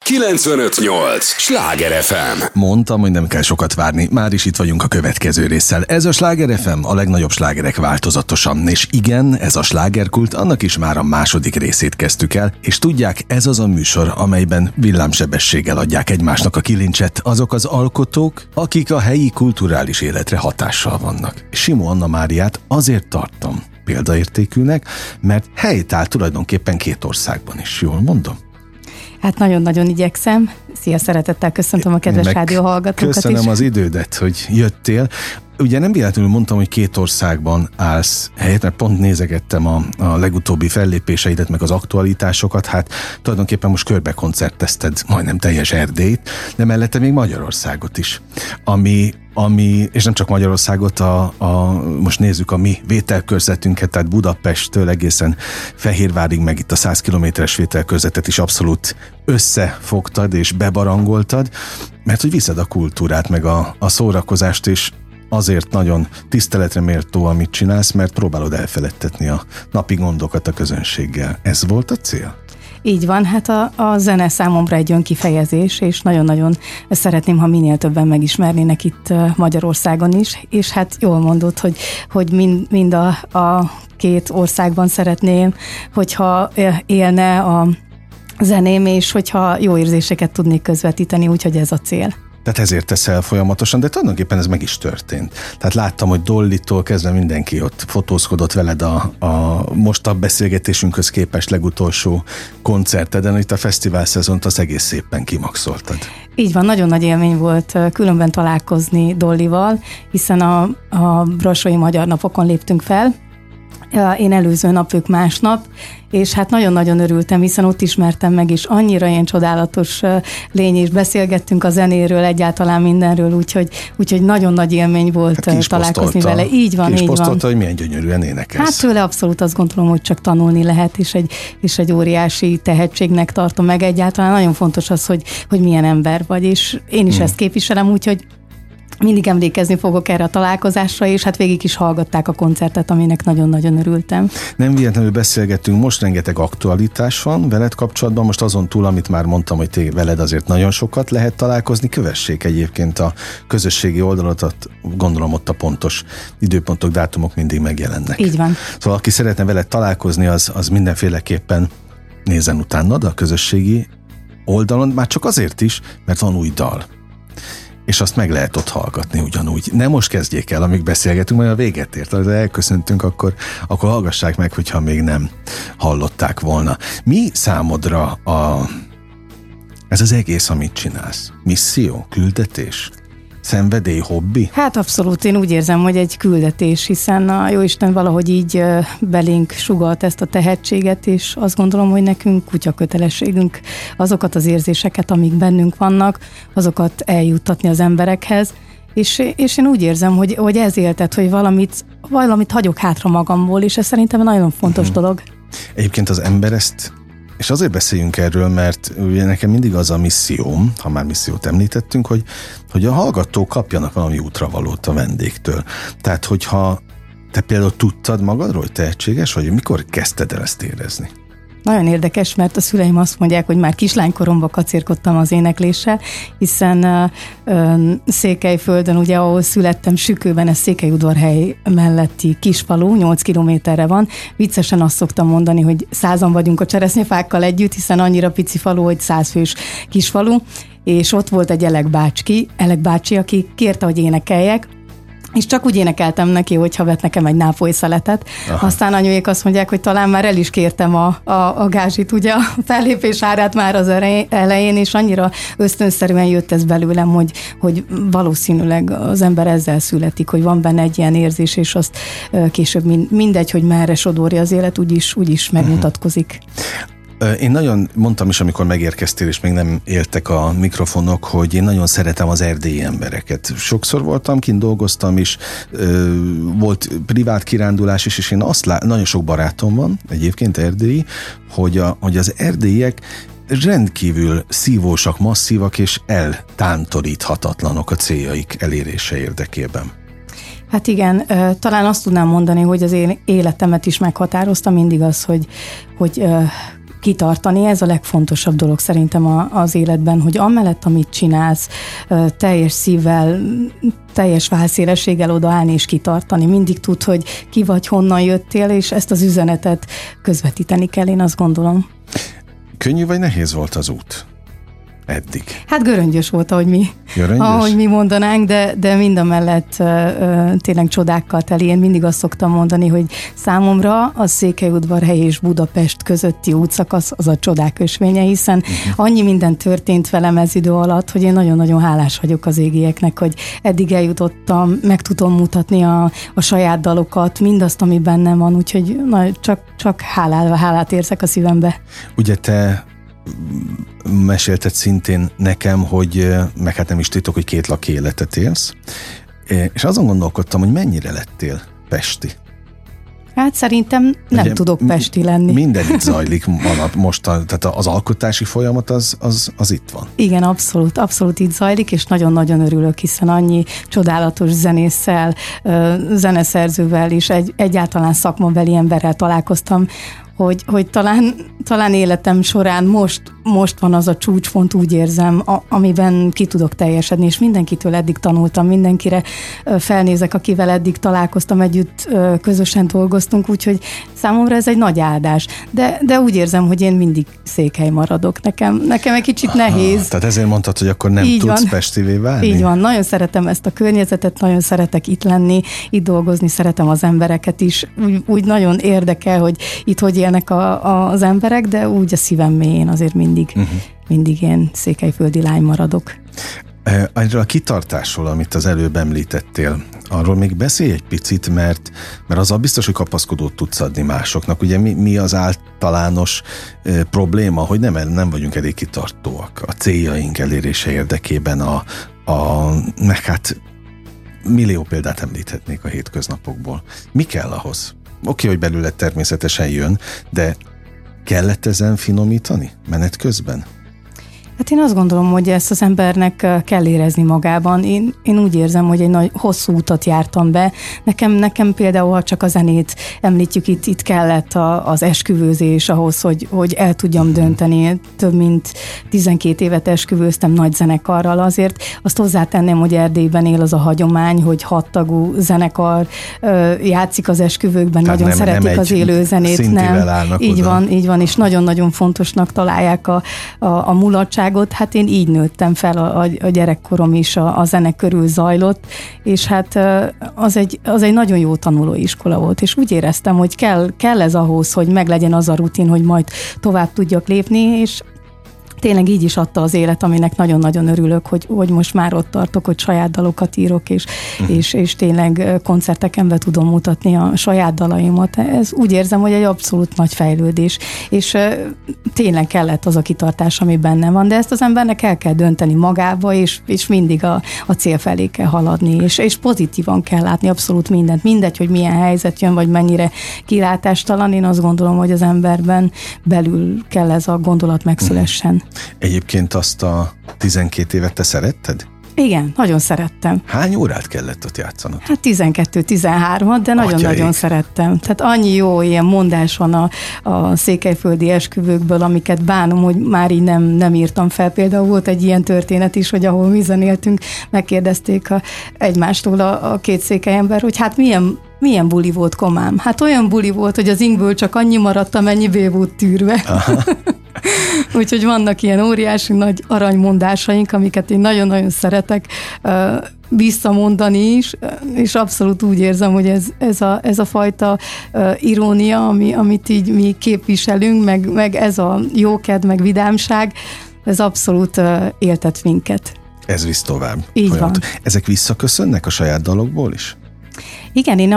95.8 Sláger FM. Mondtam, hogy nem kell sokat várni, már is itt vagyunk a következő résszel. Ez a Sláger FM, a legnagyobb slágerek változatosan. És igen, ez a slágerkult, annak is már a második részét kezdtük el, és tudják, ez az a műsor, amelyben villámsebességgel adják egymásnak a kilincset azok az alkotók, akik a helyi kulturális életre hatással vannak. Simó Anna Máriát azért tartom példaértékűnek, mert helytáll tulajdonképpen 2 országban is, jól mondom? Hát nagyon-nagyon igyekszem. Szia, szeretettel köszöntöm a kedves rádióhallgatókat is. Köszönöm az idődet, hogy jöttél. Ugye nem véletlenül mondtam, hogy 2 országban állsz helyet, mert pont nézegettem a legutóbbi fellépéseidet, meg az aktualitásokat, hát tulajdonképpen most körbe koncertezted majdnem teljes Erdélyt, de mellette még Magyarországot is, ami és nem csak Magyarországot, most nézzük a mi vételkörzetünket, tehát Budapesttől egészen Fehérvárig, meg itt a 100 kilométeres vételkörzetet is abszolút összefogtad és bebarangoltad, mert hogy viszed a kultúrát, meg a szórakozást, és azért nagyon tiszteletre méltó, amit csinálsz, mert próbálod elfeledtetni a napi gondokat a közönséggel. Ez volt a cél? Így van, hát a zene számomra egy önkifejezés, és nagyon-nagyon szeretném, ha minél többen megismernének itt Magyarországon is, és hát jól mondod, hogy mind a 2 országban szeretném, hogyha élne a zeném, és hogyha jó érzéseket tudnék közvetíteni, úgyhogy ez a cél. Tehát ezért teszel folyamatosan, de tulajdonképpen ez meg is történt. Tehát láttam, hogy Dollitól kezdve mindenki ott fotózkodott veled most a beszélgetésünkhöz képest legutolsó koncerteden, itt a fesztivál szezont az egész szépen kimaxoltad. Így van, nagyon nagy élmény volt különben találkozni Dollival, hiszen a Brassói Magyar Napokon léptünk fel, én előző nap, ők másnap, és hát nagyon-nagyon örültem, hiszen ott ismertem meg, és annyira ilyen csodálatos lény, és beszélgettünk a zenéről, egyáltalán mindenről, úgyhogy nagyon nagy élmény volt találkozni vele. Így van, így van. Hogy milyen gyönyörűen énekelsz. Hát tőle abszolút azt gondolom, hogy csak tanulni lehet, és egy óriási tehetségnek tartom meg. Egyáltalán nagyon fontos az, hogy milyen ember vagy, és én is ezt képviselem, úgyhogy mindig emlékezni fogok erre a találkozásra, és hát végig is hallgatták a koncertet, aminek nagyon-nagyon örültem. Nem véletlenül beszélgettünk, most rengeteg aktualitás van veled kapcsolatban, most azon túl, amit már mondtam, hogy veled azért nagyon sokat lehet találkozni, kövessék egyébként a közösségi oldalatot, gondolom ott a pontos időpontok, dátumok mindig megjelennek. Így van. Szóval aki szeretne veled találkozni, az mindenféleképpen nézzen utánad a közösségi oldalon, már csak azért is, mert van új dal. És azt meg lehet ott hallgatni ugyanúgy. Nem most kezdjék el, amíg beszélgetünk, majd a véget ért. Ha elköszöntünk, akkor hallgassák meg, hogyha még nem hallották volna. Mi számodra ez az egész, amit csinálsz? Misszió? Küldetés? Szenvedély, hobbi? Hát abszolút, én úgy érzem, hogy egy küldetés, hiszen a Jóisten valahogy így belénk sugalt ezt a tehetséget, és azt gondolom, hogy nekünk kutyakötelességünk azokat az érzéseket, amik bennünk vannak, azokat eljuttatni az emberekhez, és én úgy érzem, hogy ez éltet, hogy valamit hagyok hátra magamból, és ez szerintem nagyon fontos dolog. Egyébként az ember ezt, és azért beszéljünk erről, mert ugye nekem mindig az a misszióm, ha már missziót említettünk, hogy a hallgatók kapjanak valami útravalót a vendégtől. Tehát, hogyha te például tudtad magadról, hogy tehetséges vagy, mikor kezdted el ezt érezni? Nagyon érdekes, mert a szüleim azt mondják, hogy már kislánykoromban kacérkodtam az énekléssel, hiszen Székelyföldön, ugye ahol születtem, Sükőben, ez Székelyudvarhely melletti kisfalu, 8 kilométerre van. Viccesen azt szoktam mondani, hogy 100-an vagyunk a cseresznyefákkal együtt, hiszen annyira pici falu, hogy 100 fős kisfalu, és ott volt egy Elek bácsi, aki kérte, hogy énekeljek, és csak úgy énekeltem neki, hogyha vett nekem egy nápoly szeletet. Aha. Aztán anyuék azt mondják, hogy talán már el is kértem a gázsit, ugye a fellépés árát már az elején, és annyira ösztönszerűen jött ez belőlem, hogy valószínűleg az ember ezzel születik, hogy van benne egy ilyen érzés, és azt később mindegy, hogy merre sodorja az élet, úgyis megmutatkozik. Én nagyon mondtam is, amikor megérkeztél, és még nem éltek a mikrofonok, hogy én nagyon szeretem az erdélyi embereket. Sokszor voltam kint, dolgoztam is, volt privát kirándulás is, és én nagyon sok barátom van, egyébként erdélyi, hogy az erdélyiek rendkívül szívósak, masszívak, és eltántoríthatatlanok a céljaik elérése érdekében. Hát igen, talán azt tudnám mondani, hogy az én életemet is meghatározta mindig az, hogy kitartani, ez a legfontosabb dolog szerintem az életben, hogy amellett, amit csinálsz, teljes szívvel, teljes válszélességgel odaállni és kitartani. Mindig tud, hogy ki vagy, honnan jöttél, és ezt az üzenetet közvetíteni kell, én azt gondolom. Könnyű vagy nehéz volt az út eddig? Hát göröngyös volt, ahogy mi mondanánk, de mindamellett tényleg csodákkal teli. Én mindig azt szoktam mondani, hogy számomra a Székelyudvarhely és Budapest közötti útszakasz az a csodák ösvénye, hiszen annyi minden történt velem ez idő alatt, hogy én nagyon-nagyon hálás vagyok az égieknek, hogy eddig eljutottam, meg tudom mutatni a saját dalokat, mindazt, ami bennem van, úgyhogy csak hálát érzek a szívembe. Ugye te mesélted szintén nekem, hogy, meg hát nem is titok, hogy 2 lakéletet élsz, és azon gondolkodtam, hogy mennyire lettél pesti. Hát szerintem nem ugye, tudok pesti lenni. Minden itt zajlik most, tehát az alkotási folyamat az itt van. Igen, abszolút itt zajlik, és nagyon-nagyon örülök, hiszen annyi csodálatos zenésszel, zeneszerzővel és egyáltalán szakmabeli emberrel találkoztam, hogy talán életem során most van az a csúcspont, úgy érzem, amiben ki tudok teljesedni, és mindenkitől eddig tanultam, mindenkire felnézek, akivel eddig találkoztam, együtt közösen dolgoztunk, úgyhogy számomra ez egy nagy áldás. De úgy érzem, hogy én mindig Székely maradok. Nekem egy kicsit nehéz. Tehát ezért mondtad, hogy akkor nem így tudsz pestivé válni? Így van, nagyon szeretem ezt a környezetet, nagyon szeretek itt lenni, itt dolgozni, szeretem az embereket is. Úgy nagyon érdekel, hogy itt hogy élnek az emberek, de úgy a szívem mélyén azért mindig én székelyföldi lány maradok. Erről a kitartásról, amit az előbb említettél, arról még beszélj egy picit, mert azzal biztos, hogy kapaszkodót tudsz adni másoknak. Ugye mi az általános probléma, hogy nem vagyunk elég kitartóak a céljaink elérése érdekében, meg hát millió példát említhetnék a hétköznapokból. Mi kell ahhoz? Oké, hogy belőle természetesen jön, de kellett ezen finomítani menet közben? Hát én azt gondolom, hogy ezt az embernek kell érezni magában. Én úgy érzem, hogy egy nagy hosszú utat jártam be. Nekem például, ha csak a zenét említjük, itt kellett az esküvőzés ahhoz, hogy el tudjam dönteni. Több mint 12 évet esküvőztem nagy zenekarral. Azért azt hozzátenném, hogy Erdélyben él az a hagyomány, hogy 6 tagú zenekar játszik az esküvőkben, tehát nagyon szeretik az élőzenét. Nem, így van, és nagyon-nagyon fontosnak találják a mulatságot. Hát én így nőttem fel, a gyerekkorom is a zene körül zajlott, és hát az egy nagyon jó tanulóiskola volt, és úgy éreztem, hogy kell ez ahhoz, hogy meglegyen az a rutin, hogy majd tovább tudjak lépni, és tényleg így is adta az élet, aminek nagyon-nagyon örülök, hogy most már ott tartok, hogy saját dalokat írok, és tényleg koncerteken be tudom mutatni a saját dalaimat. Ez úgy érzem, hogy egy abszolút nagy fejlődés, és tényleg kellett az a kitartás, ami bennem van, de ezt az embernek el kell dönteni magába, és mindig a cél felé kell haladni, és pozitívan kell látni abszolút mindent. Mindegy, hogy milyen helyzet jön, vagy mennyire kilátástalan, én azt gondolom, hogy az emberben belül kell ez a gondolat megszülessen. Egyébként azt a 12 évet te szeretted? Igen, nagyon szerettem. Hány órát kellett ott játszanod? Hát 12-13-at, de nagyon-nagyon szerettem. Tehát annyi jó ilyen mondás van a székelyföldi esküvőkből, amiket bánom, hogy már így nem írtam fel. Például volt egy ilyen történet is, hogy ahol mi zenéltünk, megkérdezték egymástól a 2 székelyember, hogy hát milyen buli volt, komám? Hát olyan buli volt, hogy az inkből csak annyi maradt, amennyi be volt tűrve. Úgyhogy vannak ilyen óriási nagy aranymondásaink, amiket én nagyon-nagyon szeretek visszamondani is, és abszolút úgy érzem, hogy ez a fajta irónia, amit így mi képviselünk, meg ez a jókedv, meg vidámság, ez abszolút éltet minket. Ez visz tovább. Így van. Ezek visszaköszönnek a saját dalokból is? Igen, én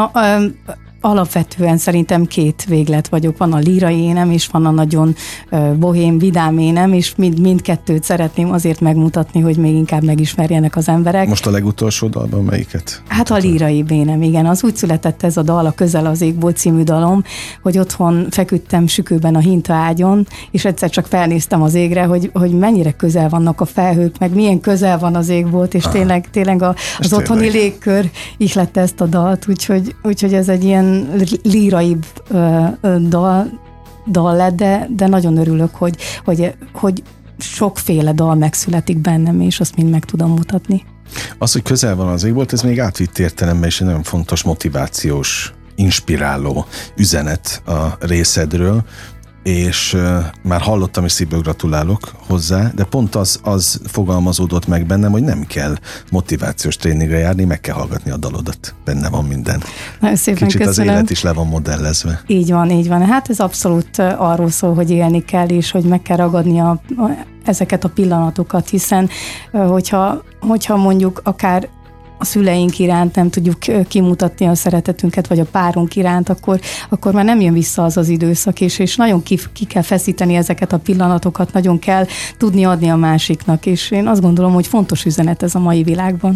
alapvetően szerintem 2 véglet vagyok. Van a lírai énem, és van a nagyon bohém, vidám énem, és mindkettőt szeretném azért megmutatni, hogy még inkább megismerjenek az emberek. Most a legutolsó dalban melyiket? Hát a lírai énem, igen. Az úgy született ez a dal, a Közel az égból című dalom, hogy otthon feküdtem sükőben a hintaágyon, és egyszer csak felnéztem az égre, hogy mennyire közel vannak a felhők, meg milyen közel van az égbolt, és tényleg az otthoni légkör ihlette ezt a dalt, úgyhogy ez egy ilyen líraibb dal, dal lett, de nagyon örülök, hogy sokféle dal megszületik bennem, és azt mind meg tudom mutatni. Az, hogy közel van az égbolt, ez még átvitt értelemben is egy nagyon fontos motivációs, inspiráló üzenet a részedről, és már hallottam, és szívből gratulálok hozzá, de pont az fogalmazódott meg bennem, hogy nem kell motivációs tréningre járni, meg kell hallgatni a dalodat. Benne van minden. Nagyon szépen kicsit köszönöm. Az élet is le van modellezve. Így van. Hát ez abszolút arról szól, hogy élni kell, és hogy meg kell ragadni ezeket a pillanatokat, hiszen hogyha mondjuk akár a szüleink iránt nem tudjuk kimutatni a szeretetünket, vagy a párunk iránt, akkor már nem jön vissza az időszak, és nagyon ki kell feszíteni ezeket a pillanatokat, nagyon kell tudni adni a másiknak, és én azt gondolom, hogy fontos üzenet ez a mai világban.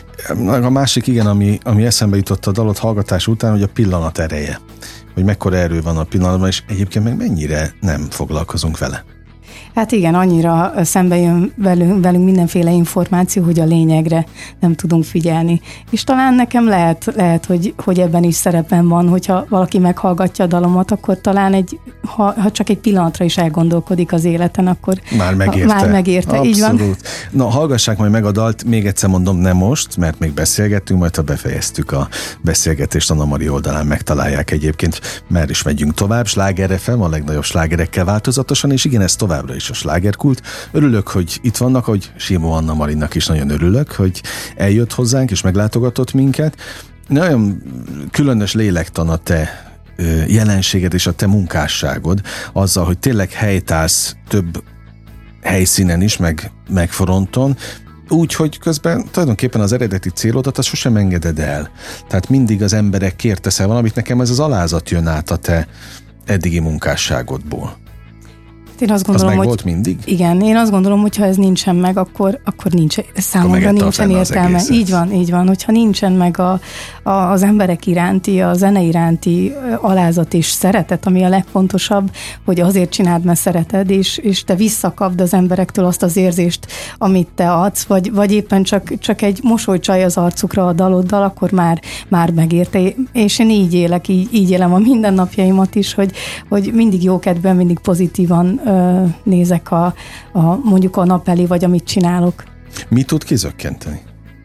A másik, igen, ami eszembe jutott a dalot hallgatás után, hogy a pillanat ereje, hogy mekkora erő van a pillanatban, és egyébként meg mennyire nem foglalkozunk vele. Hát igen, annyira szembe jön velünk mindenféle információ, hogy a lényegre nem tudunk figyelni. És talán nekem lehet hogy ebben is szerepem van, hogyha valaki meghallgatja a dalomat, akkor talán ha csak egy pillanatra is elgondolkodik az életen, akkor már megérte. Így van. Na, hallgassák majd meg a dalt, még egyszer mondom, nem most, mert még beszélgettünk, majd ha befejeztük a beszélgetést, Anna Mari oldalán megtalálják egyébként, mert is megyünk tovább. Sláger FM, a legnagyobb slágerekkel változatosan, és igen, ez továbbra is a slágerkult. Örülök, hogy itt vannak, hogy Simó Anna Marinak is nagyon örülök, hogy eljött hozzánk és meglátogatott minket. Nagyon különös lélektan a te jelenséged és a te munkásságod, azzal, hogy tényleg helytállsz több helyszínen is, meg fronton, úgy, hogy közben tulajdonképpen az eredeti célodat azt sosem engeded el. Tehát mindig az emberekért teszel valamit, nekem ez az alázat jön át a te eddigi munkásságodból. Én azt gondolom, az meg volt mindig? Igen, én azt gondolom, hogy ha ez nincsen meg, akkor nincs, számomra nincsen értelme. Így van, hogyha nincsen meg az emberek iránti, a zene iránti alázat és szeretet, ami a legfontosabb, hogy azért csináld, mert szereted, és te visszakapd az emberektől azt az érzést, amit te adsz, vagy éppen csak egy mosolycsaj az arcukra a daloddal, akkor már megérte. És én így élek, így élem a mindennapjaimat is, hogy mindig jókedben, mindig pozitívan nézek mondjuk a nap elé, vagy amit csinálok. Mi tud kizökkenteni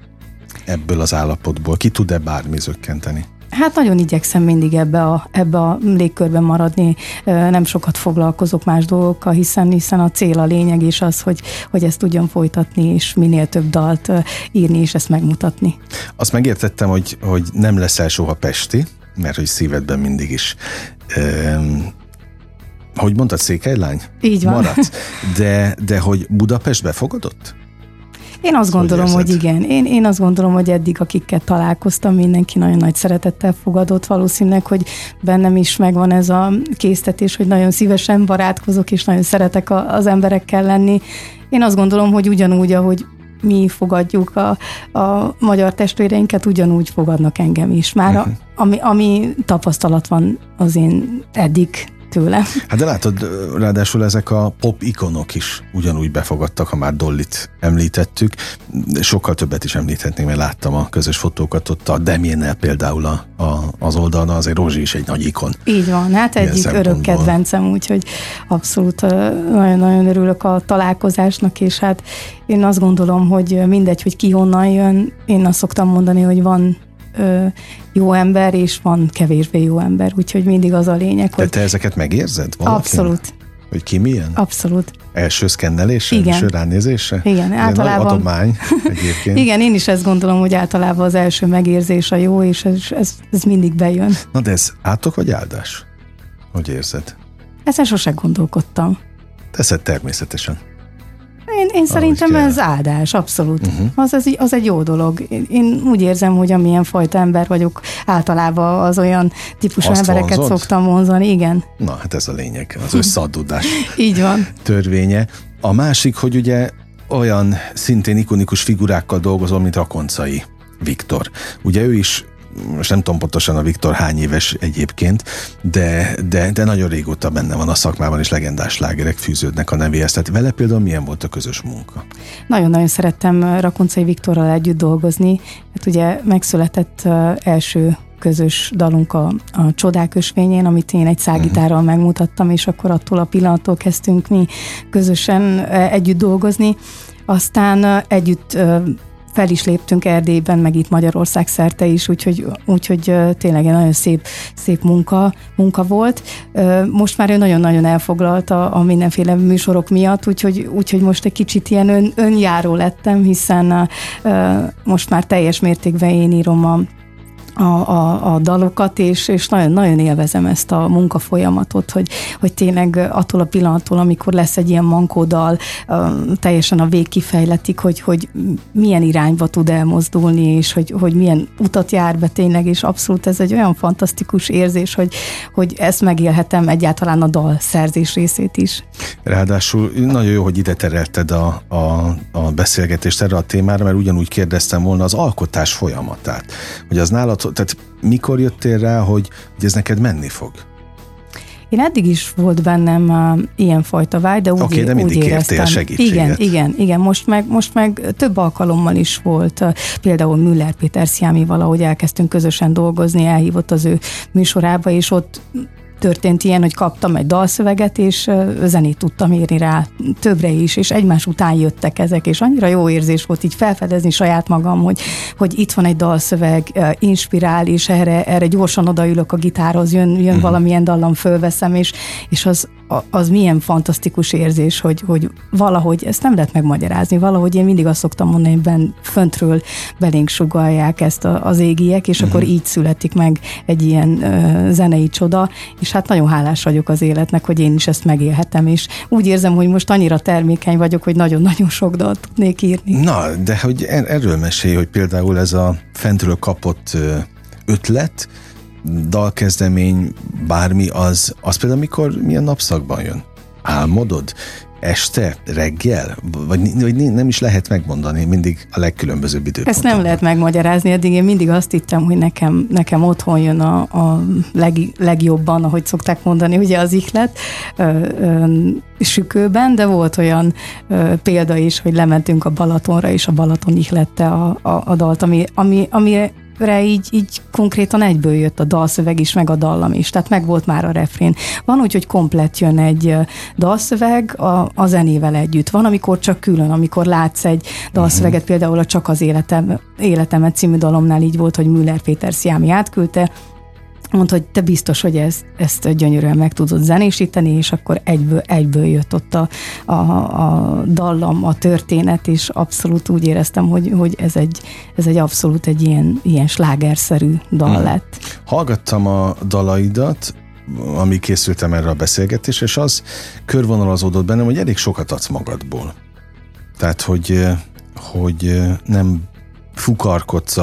ebből az állapotból? Ki tud-e bármi zökkenteni? Hát nagyon igyekszem mindig ebbe a légkörben maradni, nem sokat foglalkozok más dolgokkal, hiszen a cél, a lényeg is az, hogy ezt tudjam folytatni, és minél több dalt írni, és ezt megmutatni. Azt megértettem, hogy nem leszel soha pesti, mert hogy szívedben mindig is hogy mondtad, székelylány? Így van. Maradsz. De hogy Budapest befogadott? Én azt gondolom, hogy igen. Én azt gondolom, hogy eddig, akikkel találkoztam, mindenki nagyon nagy szeretettel fogadott. Valószínűleg, hogy bennem is megvan ez a késztetés, hogy nagyon szívesen barátkozok, és nagyon szeretek az emberekkel lenni. Én azt gondolom, hogy ugyanúgy, ahogy mi fogadjuk a magyar testvéreinket, ugyanúgy fogadnak engem is. Már ami tapasztalat van az én eddig tőle. Hát de látod, ráadásul ezek a pop ikonok is ugyanúgy befogadtak, ha már Dollit említettük. Sokkal többet is említhetnénk, mert láttam a közös fotókat ott, a Demiennel például az oldalon, azért Rózsi is egy nagy ikon. Így van, hát egyik örök kedvencem, úgyhogy abszolút nagyon-nagyon örülök a találkozásnak, és hát én azt gondolom, hogy mindegy, hogy ki honnan jön, én azt szoktam mondani, hogy van jó ember, és van kevésbé jó ember, úgyhogy mindig az a lényeg, hogy... De te ezeket megérzed valakin? Abszolút. Hogy ki milyen? Abszolút. Első szkennelésre? Igen. Első ránézésre? Igen, általában... Nagy adomány egyébként. Igen, én is ezt gondolom, hogy általában az első megérzés a jó, és ez mindig bejön. Na de ez átok vagy áldás? Hogy érzed? Ezen sose gondolkodtam. Teszed természetesen. Én szerintem ez áldás, abszolút. Az egy jó dolog. Én úgy érzem, hogy amilyen fajta ember vagyok, általában az olyan típusú embereket szoktam vonzani, igen. Na, hát ez a lényeg, az összeadódás így van. Törvénye. A másik, hogy ugye olyan szintén ikonikus figurákkal dolgozol, mint Rakoncai Viktor. Ugye ő is, most nem tudom pontosan a Viktor hány éves egyébként, de nagyon régóta benne van a szakmában, és legendás slágerek fűződnek a nevéhez. Tehát vele például milyen volt a közös munka? Nagyon-nagyon szerettem Rakoncai Viktorral együtt dolgozni. Hát ugye megszületett első közös dalunk a Csodák ösvényén, amit én egy szágitárral megmutattam, és akkor attól a pillanattól kezdtünk mi közösen együtt dolgozni. Aztán együtt fel is léptünk Erdélyben, meg itt Magyarország szerte is, úgyhogy tényleg egy nagyon szép munka volt. Most már ő nagyon-nagyon elfoglalt a mindenféle műsorok miatt, úgyhogy most egy kicsit ilyen önjáró lettem, hiszen most már teljes mértékben én írom a dalokat, és nagyon-nagyon élvezem ezt a munkafolyamatot, hogy tényleg attól a pillanattól, amikor lesz egy ilyen mankódal, teljesen a vég kifejletik, hogy milyen irányba tud elmozdulni, és hogy milyen utat jár be tényleg, és abszolút ez egy olyan fantasztikus érzés, hogy ezt megélhetem egyáltalán a dal szerzés részét is. Ráadásul nagyon jó, hogy ide terelted a beszélgetést erre a témára, mert ugyanúgy kérdeztem volna az alkotás folyamatát, hogy az nálad, tehát mikor jöttél rá, hogy ez neked menni fog? Én eddig is volt bennem ilyenfajta vágy, de úgy, de mindig úgy éreztem. Kértél segítséget. Igen. Most meg több alkalommal is volt. Például Müller Péter Sziámival, ahogy elkezdtünk közösen dolgozni, elhívott az ő műsorába, és ott történt ilyen, hogy kaptam egy dalszöveget, és zenét tudtam írni rá többre is, és egymás után jöttek ezek, és annyira jó érzés volt így felfedezni saját magam, hogy itt van egy dalszöveg, inspirál, és erre gyorsan odaülök a gitárhoz, jön valamilyen dallam, fölveszem, és az milyen fantasztikus érzés, hogy valahogy ezt nem lehet megmagyarázni, valahogy én mindig azt szoktam mondani, hogy föntről belénk sugallják ezt az égiek, és akkor így születik meg egy ilyen zenei csoda, és hát nagyon hálás vagyok az életnek, hogy én is ezt megélhetem, és úgy érzem, hogy most annyira termékeny vagyok, hogy nagyon-nagyon sok dalt tudnék írni. Na, de hogy erről mesélj, hogy például ez a fentről kapott ötlet, dalkezdemény, bármi, az például milyen napszakban jön? Álmodod? Este? Reggel? Vagy nem is lehet megmondani, mindig a legkülönbözőbb időpontban. Ezt nem lehet megmagyarázni, eddig én mindig azt hittem, hogy nekem otthon jön a legjobban, ahogy szokták mondani, ugye az ihlet sükőben, de volt olyan példa is, hogy lementünk a Balatonra, és a Balaton ihlette a dalt, amire így konkrétan egyből jött a dalszöveg is, meg a dallam is, tehát meg volt már a refrén. Van úgy, hogy komplett jön egy dalszöveg a zenével együtt. Van, amikor csak külön, amikor látsz egy dalszöveget, például a Csak az életemet című dalomnál így volt, hogy Müller Péter Sziámi átküldte, mondta, hogy te biztos, hogy ezt gyönyörűen meg tudod zenésíteni, és akkor egyből jött ott a dallam, a történet, és abszolút úgy éreztem, hogy ez egy abszolút egy ilyen slágerszerű dal lett. Hallgattam a dalaidat, amíg készültem erre a beszélgetésre, és az körvonalazódott bennem, hogy elég sokat adsz magadból. Tehát, hogy nem fukarkodsz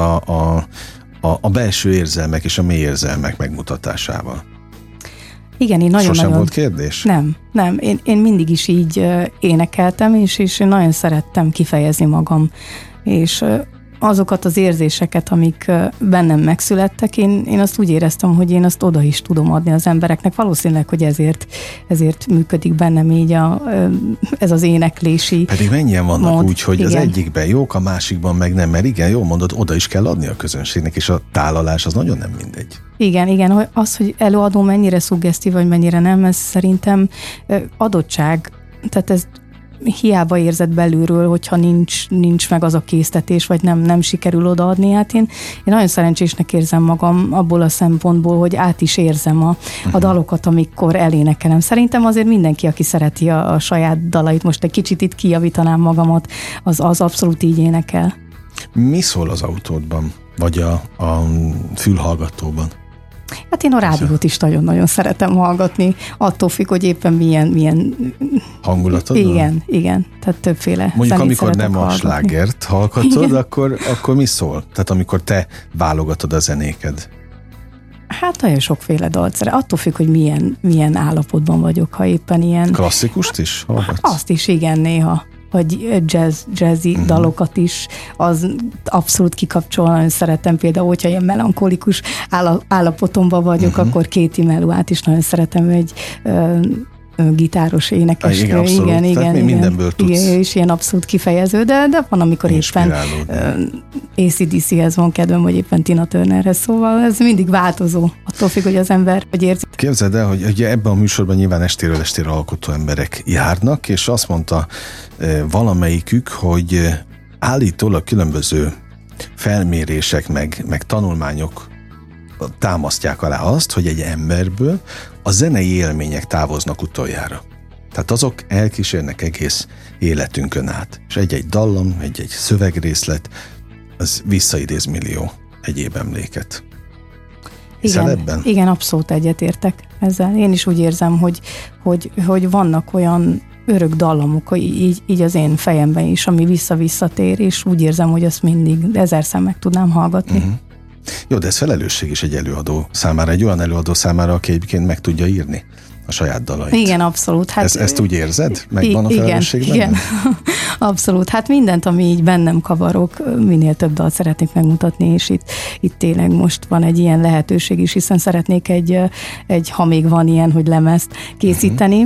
a belső érzelmek és a mély érzelmek megmutatásával. Igen, én nagyon-nagyon... Sosem volt kérdés? Nem. Én mindig is így énekeltem, és én nagyon szerettem kifejezni magam, és azokat az érzéseket, amik bennem megszülettek, én azt úgy éreztem, hogy én azt oda is tudom adni az embereknek. Valószínűleg, hogy ezért működik bennem így ez az éneklési Pedig mennyien vannak mód. úgy, hogy igen. Az egyikben jók, a másikban meg nem, mert igen, jól mondod, oda is kell adni a közönségnek, és a tálalás az nagyon nem mindegy. Igen, az, hogy előadó mennyire szuggesztív, vagy mennyire nem, ez szerintem adottság, tehát ez hiába érzed belülről, hogyha nincs meg az a késztetés, vagy nem sikerül odaadni. Hát én nagyon szerencsésnek érzem magam abból a szempontból, hogy át is érzem a dalokat, amikor elénekelem. Szerintem azért mindenki, aki szereti a saját dalait, most egy kicsit itt kijavítanám magamat, az abszolút így énekel. Mi szól az autódban, vagy a fülhallgatóban? Hát én a rádiót is nagyon-nagyon szeretem hallgatni, attól függ, hogy éppen milyen hangulatod van? Igen, tehát többféle. Mondjuk amikor nem a slágert hallgatod, akkor mi szól? Tehát amikor te válogatod a zenéked? Hát nagyon sokféle dalt. Attól függ, hogy milyen állapotban vagyok, ha éppen ilyen... Klasszikust is hallgatsz? Azt is, igen, néha. Vagy jazzy dalokat is, az abszolút kikapcsolni szeretem. Például, hogyha ilyen melankolikus állapotomban vagyok, akkor Katie Meluát is nagyon szeretem, egy gitáros énekes. Igen, mindenből tudsz. Igen, és ilyen abszolút kifejező, de van, amikor éppen AC/DC-hez van kedvem, vagy éppen Tina Turnerhez, szóval ez mindig változó. Attól függ, hogy az ember hogy érzi. Képzeld el, hogy ugye ebben a műsorban nyilván estéről estére alkotó emberek járnak, és azt mondta valamelyikük, hogy állítólag különböző felmérések meg tanulmányok támasztják alá azt, hogy egy emberből a zenei élmények távoznak utoljára. Tehát azok elkísérnek egész életünkön át. És egy-egy dallam, egy-egy szövegrészlet, az visszaidéz millió egyéb emléket. Hiszel ebben? Igen, abszolút egyetértek ezzel. Én is úgy érzem, hogy vannak olyan örök dallamok, így az én fejemben is, ami vissza-visszatér, és úgy érzem, hogy azt mindig ezerszer meg tudnám hallgatni. Uh-huh. Jó, de ez felelősség is egy előadó számára, egy olyan előadó számára, aki egyébként meg tudja írni a saját dalait. Igen, abszolút. Hát, ezt úgy érzed? Megvan a felelősség benne? Igen, abszolút. Hát mindent, ami így bennem kavarok, minél több dalt szeretnék megmutatni, és itt tényleg most van egy ilyen lehetőség is, hiszen szeretnék ha még van ilyen, hogy lemezt készíteni,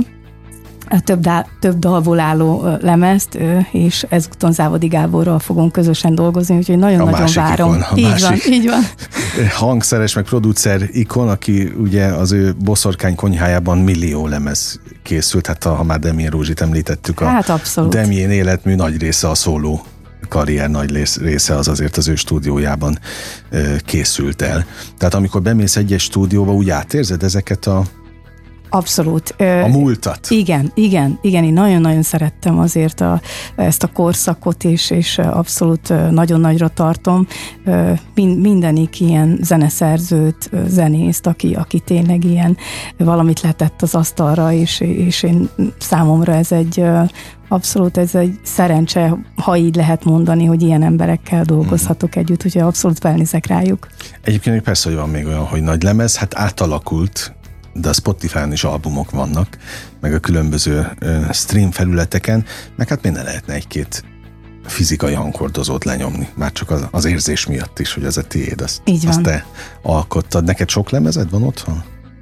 több dalból álló lemezt, és ezúton Závodi Gáborral fogunk közösen dolgozni, úgyhogy nagyon-nagyon várom. Így van. Hangszeres meg producer ikon, aki ugye az ő Boszorkány konyhájában millió lemez készült, hát ha már Demjén Rózsit említettük, abszolút. Demjén életmű nagy része, a szóló karrier nagy része az azért az ő stúdiójában készült el. Tehát amikor bemész egy stúdióba, úgy átérzed ezeket abszolút. A múltat. Igen, én nagyon-nagyon szerettem azért ezt a korszakot, és abszolút nagyon nagyra tartom mindenik ilyen zeneszerzőt, zenészt, aki tényleg ilyen valamit letett az asztalra, és én számomra ez egy szerencse, ha így lehet mondani, hogy ilyen emberekkel dolgozhatok együtt, úgyhogy abszolút felnézek rájuk. Egyébként persze, hogy van még olyan, hogy nagy lemez, hát átalakult, de a Spotify-on is albumok vannak, meg a különböző stream felületeken, meg hát minden lehetne egy-két fizikai hangkordozót lenyomni, már csak az érzés miatt is, hogy ez a tiéd, azt te alkottad. Neked sok lemezed van otthon?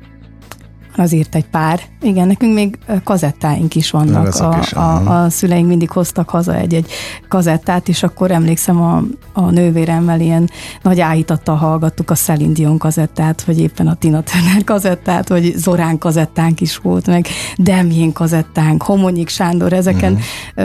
Azért egy pár. Igen, nekünk még kazettáink is vannak. A szüleink mindig hoztak haza egy-egy kazettát, és akkor emlékszem a nővéremmel ilyen nagy áhítattal hallgattuk a Celine Dion kazettát, vagy éppen a Tina Turner kazettát, vagy Zorán kazettánk is volt, meg Demjén kazettánk, Homonyik Sándor, ezeken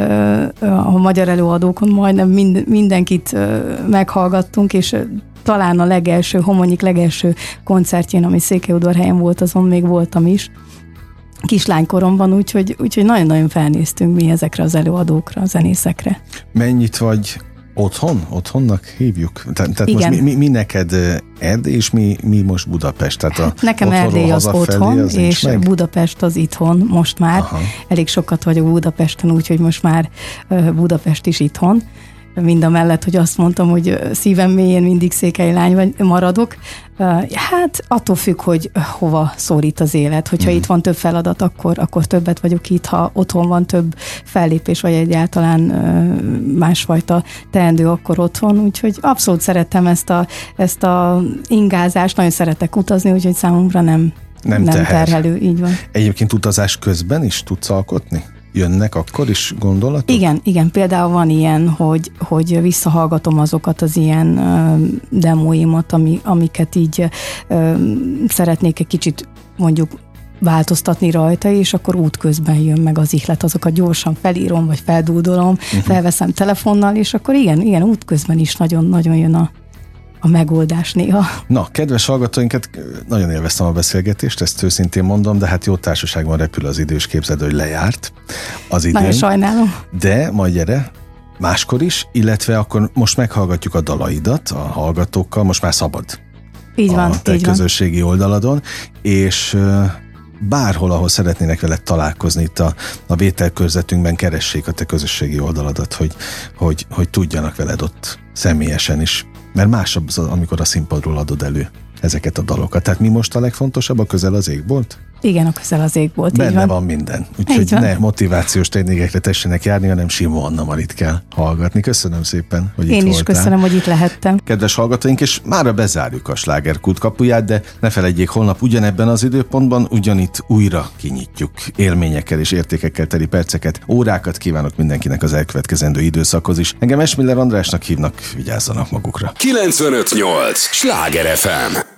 a magyar előadókon majdnem mindenkit meghallgattunk, és talán a Homonyik legelső koncertjén, ami Székelyudvarhelyen volt, azon még voltam is kislánykoromban, úgyhogy nagyon-nagyon felnéztünk mi ezekre az előadókra, a zenészekre. Mennyit vagy otthonnak hívjuk? Tehát most mi neked Erdély, és mi most Budapest? Tehát nekem Erdély az otthon, az és meg? Budapest az itthon most már. Aha. Elég sokat vagyok Budapesten, úgyhogy most már Budapest is itthon. Mindamellett, hogy azt mondtam, hogy szívem mélyén mindig székely lány maradok. Hát attól függ, hogy hova szorít az élet. Hogyha itt van több feladat, akkor többet vagyok itt, ha otthon van több fellépés, vagy egyáltalán másfajta teendő, akkor otthon. Úgyhogy abszolút szeretem ezt a ingázást, nagyon szeretek utazni, úgyhogy számomra nem terhelő. Így van. Egyébként utazás közben is tudsz alkotni? Jönnek akkor is gondolatok? Igen, például van ilyen, hogy visszahallgatom azokat az ilyen demóimat, amiket így szeretnék egy kicsit mondjuk változtatni rajta, és akkor útközben jön meg az ihlet, azokat gyorsan felírom, vagy feldúdolom, felveszem telefonnal, és akkor igen, útközben is nagyon-nagyon jön a megoldás néha. Na, kedves hallgatóinkat, nagyon élveztem a beszélgetést, ezt őszintén mondom, de hát jó társaságban repül az idő, és képzeld, hogy lejárt az idő. Nagyon sajnálom. De majd gyere, máskor is, illetve akkor most meghallgatjuk a dalaidat a hallgatókkal, most már szabad. Így van, a te közösségi oldaladon, és bárhol, ahol szeretnének veled találkozni itt a vételkörzetünkben, keressék a te közösségi oldaladat, hogy tudjanak veled ott személyesen is. Mert másabb az, amikor a színpadról adod elő ezeket a dalokat. Tehát mi most a legfontosabb, a Közel az égbolt? Igen, a közel az égbolt. Benne van minden. Úgyhogy ne motivációs technikekre tessenek járni, hanem Simó Anna Marit kell hallgatni. Köszönöm szépen, hogy itt voltál. Én is köszönöm, hogy itt lehettem. Kedves hallgatóink, és mára bezárjuk a Slágerkult kapuját, de ne feledjék, holnap ugyanebben az időpontban ugyanitt újra kinyitjuk élményekkel és értékekkel teli perceket. Órákat kívánok mindenkinek az elkövetkezendő időszakhoz is. Engem Esmiller Andrásnak hívnak, vigyázzanak magukra. 95.8 Sláger FM.